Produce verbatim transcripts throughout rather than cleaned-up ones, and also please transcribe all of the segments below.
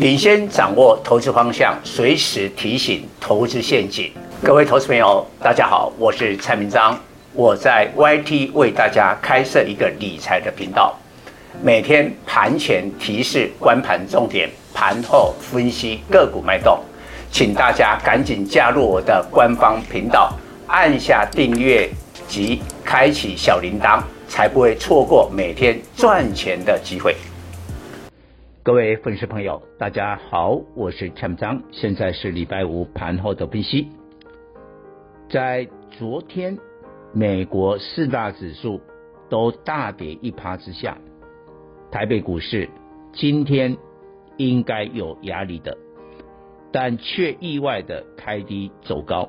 领先掌握投资方向，随时提醒投资陷阱。各位投资朋友，大家好，我是蔡明彰，我在 Y T 为大家开设一个理财的频道，每天盘前提示观盘重点，盘后分析个股脉动，请大家赶紧加入我的官方频道，按下订阅及开启小铃铛，才不会错过每天赚钱的机会。各位粉丝朋友，大家好，我是蔡明彰，现在是礼拜五盘后的分析。在昨天，美国四大指数都大跌一趴之下，台北股市今天应该有压力的，但却意外的开低走高，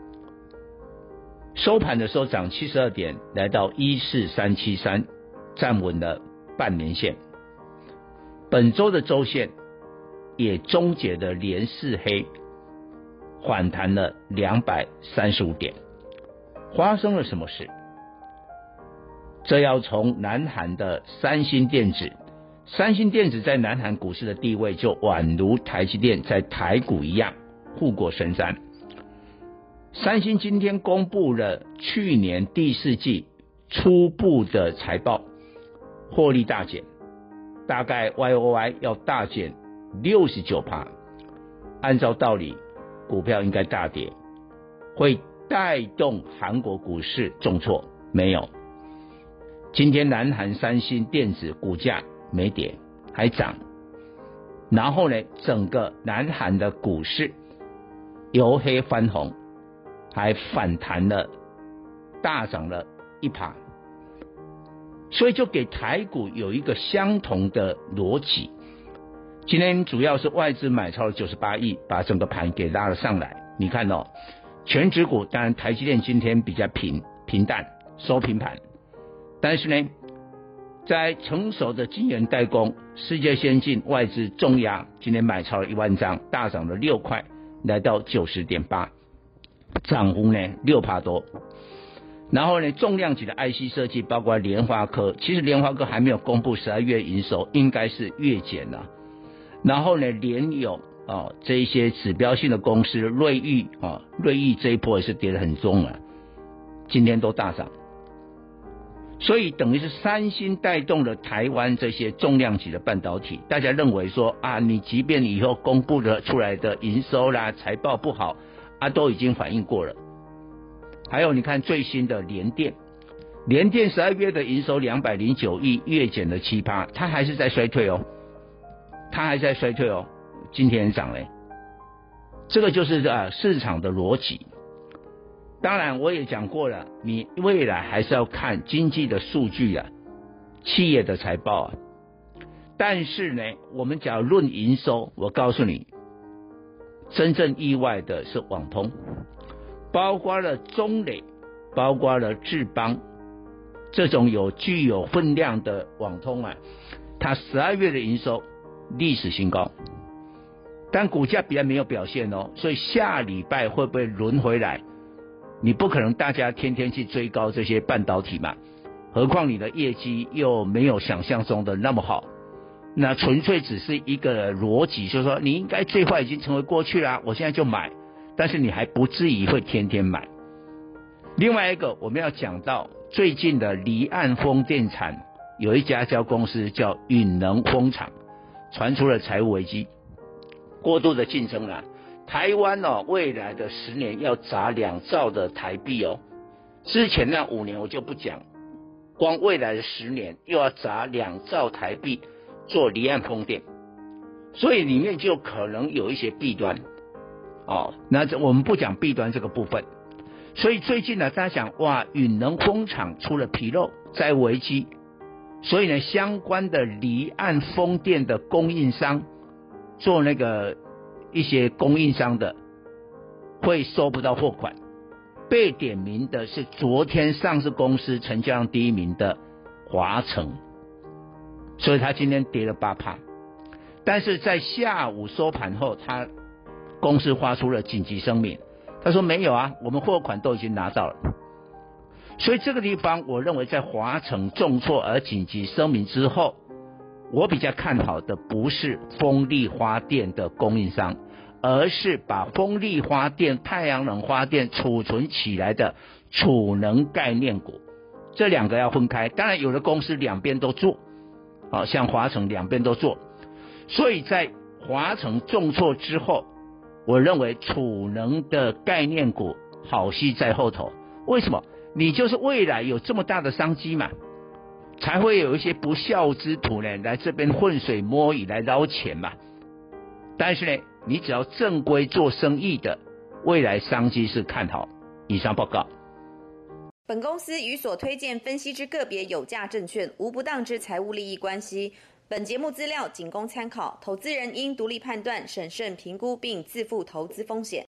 收盘的时候涨七十二点，来到一四三七三，站稳了半年线。本周的周线也终结了连四黑，反弹了两百三十五点。发生了什么事？这要从南韩的三星电子，三星电子在南韩股市的地位就宛如台积电在台股一样，护国神山。三星今天公布了去年第四季初步的财报，获利大减，大概 Y O Y 要大减 百分之六十九， 按照道理股票应该大跌，会带动韩国股市重挫，没有。今天南韩三星电子股价没跌还涨，然后呢，整个南韩的股市由黑翻红，还反弹了，大涨了一趴，所以就给台股有一个相同的逻辑。今天主要是外资买超了九十八亿，把整个盘给拉了上来。你看哦，全指股当然台积电今天比较平平淡，收平盘，但是呢，在成熟的晶圆代工、世界先进外资重压，今天买超了一万张，大涨了六块，来到 九十点八， 涨幅呢 百分之六 多。然后呢，重量级的 I C 设计，包括联发科，其实联发科还没有公布十二月营收，应该是月减了。然后呢，联咏啊这一些指标性的公司，瑞昱啊，瑞昱这一波也是跌得很重啊，今天都大涨。所以等于是三星带动了台湾这些重量级的半导体，大家认为说啊，你即便以后公布了出来的营收啦、财报不好啊，都已经反映过了。还有你看最新的联电，联电十二月的营收两百零九亿，月减了 百分之七， 它还是在衰退哦，它还在衰退哦，今天涨嘞，这个就是啊市场的逻辑。当然我也讲过了，你未来还是要看经济的数据啊，企业的财报啊。但是呢，我们假如论营收，我告诉你，真正意外的是网通，包括了中磊，包括了智邦，这种有具有分量的网通啊，它十二月的营收历史新高，但股价比较没有表现哦，所以下礼拜会不会轮回来？你不可能大家天天去追高这些半导体嘛，何况你的业绩又没有想象中的那么好，那纯粹只是一个逻辑，就是说你应该最坏已经成为过去啦，我现在就买，但是你还不至于会天天买。另外一个我们要讲到最近的离岸风电产，有一家叫公司叫允能风场，传出了财务危机，过度的竞争啦。台湾哦，未来的十年要砸两兆的台币哦，之前那五年我就不讲，光未来的十年又要砸两兆台币做离岸风电，所以里面就可能有一些弊端哦。那我们不讲弊端这个部分，所以最近呢，大家想哇，允能风场出了纰漏，在危机，所以呢，相关的离岸风电的供应商做那个。一些供应商的会收不到货款，被点名的是昨天上市公司成交量第一名的华城，所以他今天跌了 百分之八， 但是在下午收盘后，他公司发出了紧急声明，他说没有啊，我们货款都已经拿到了。所以这个地方我认为在华城重挫而紧急声明之后， 我比较看好的不是风力发电的供应商，而是把风力发电、太阳能发电储存起来的储能概念股，这两个要分开。当然有的公司两边都做，好像华城两边都做，所以在华城重挫之后，我认为储能的概念股好戏在后头。为什么？你就是未来有这么大的商机嘛，才会有一些不孝之徒呢来这边浑水摸鱼来捞钱嘛。但是呢，你只要正规做生意的，未来商机是看好。以上报告。 本公司与所推荐分析之个别有价证券无不当之财务利益关系。本节目资料仅供参考，投资人应独立判断、审慎评估并自负投资风险。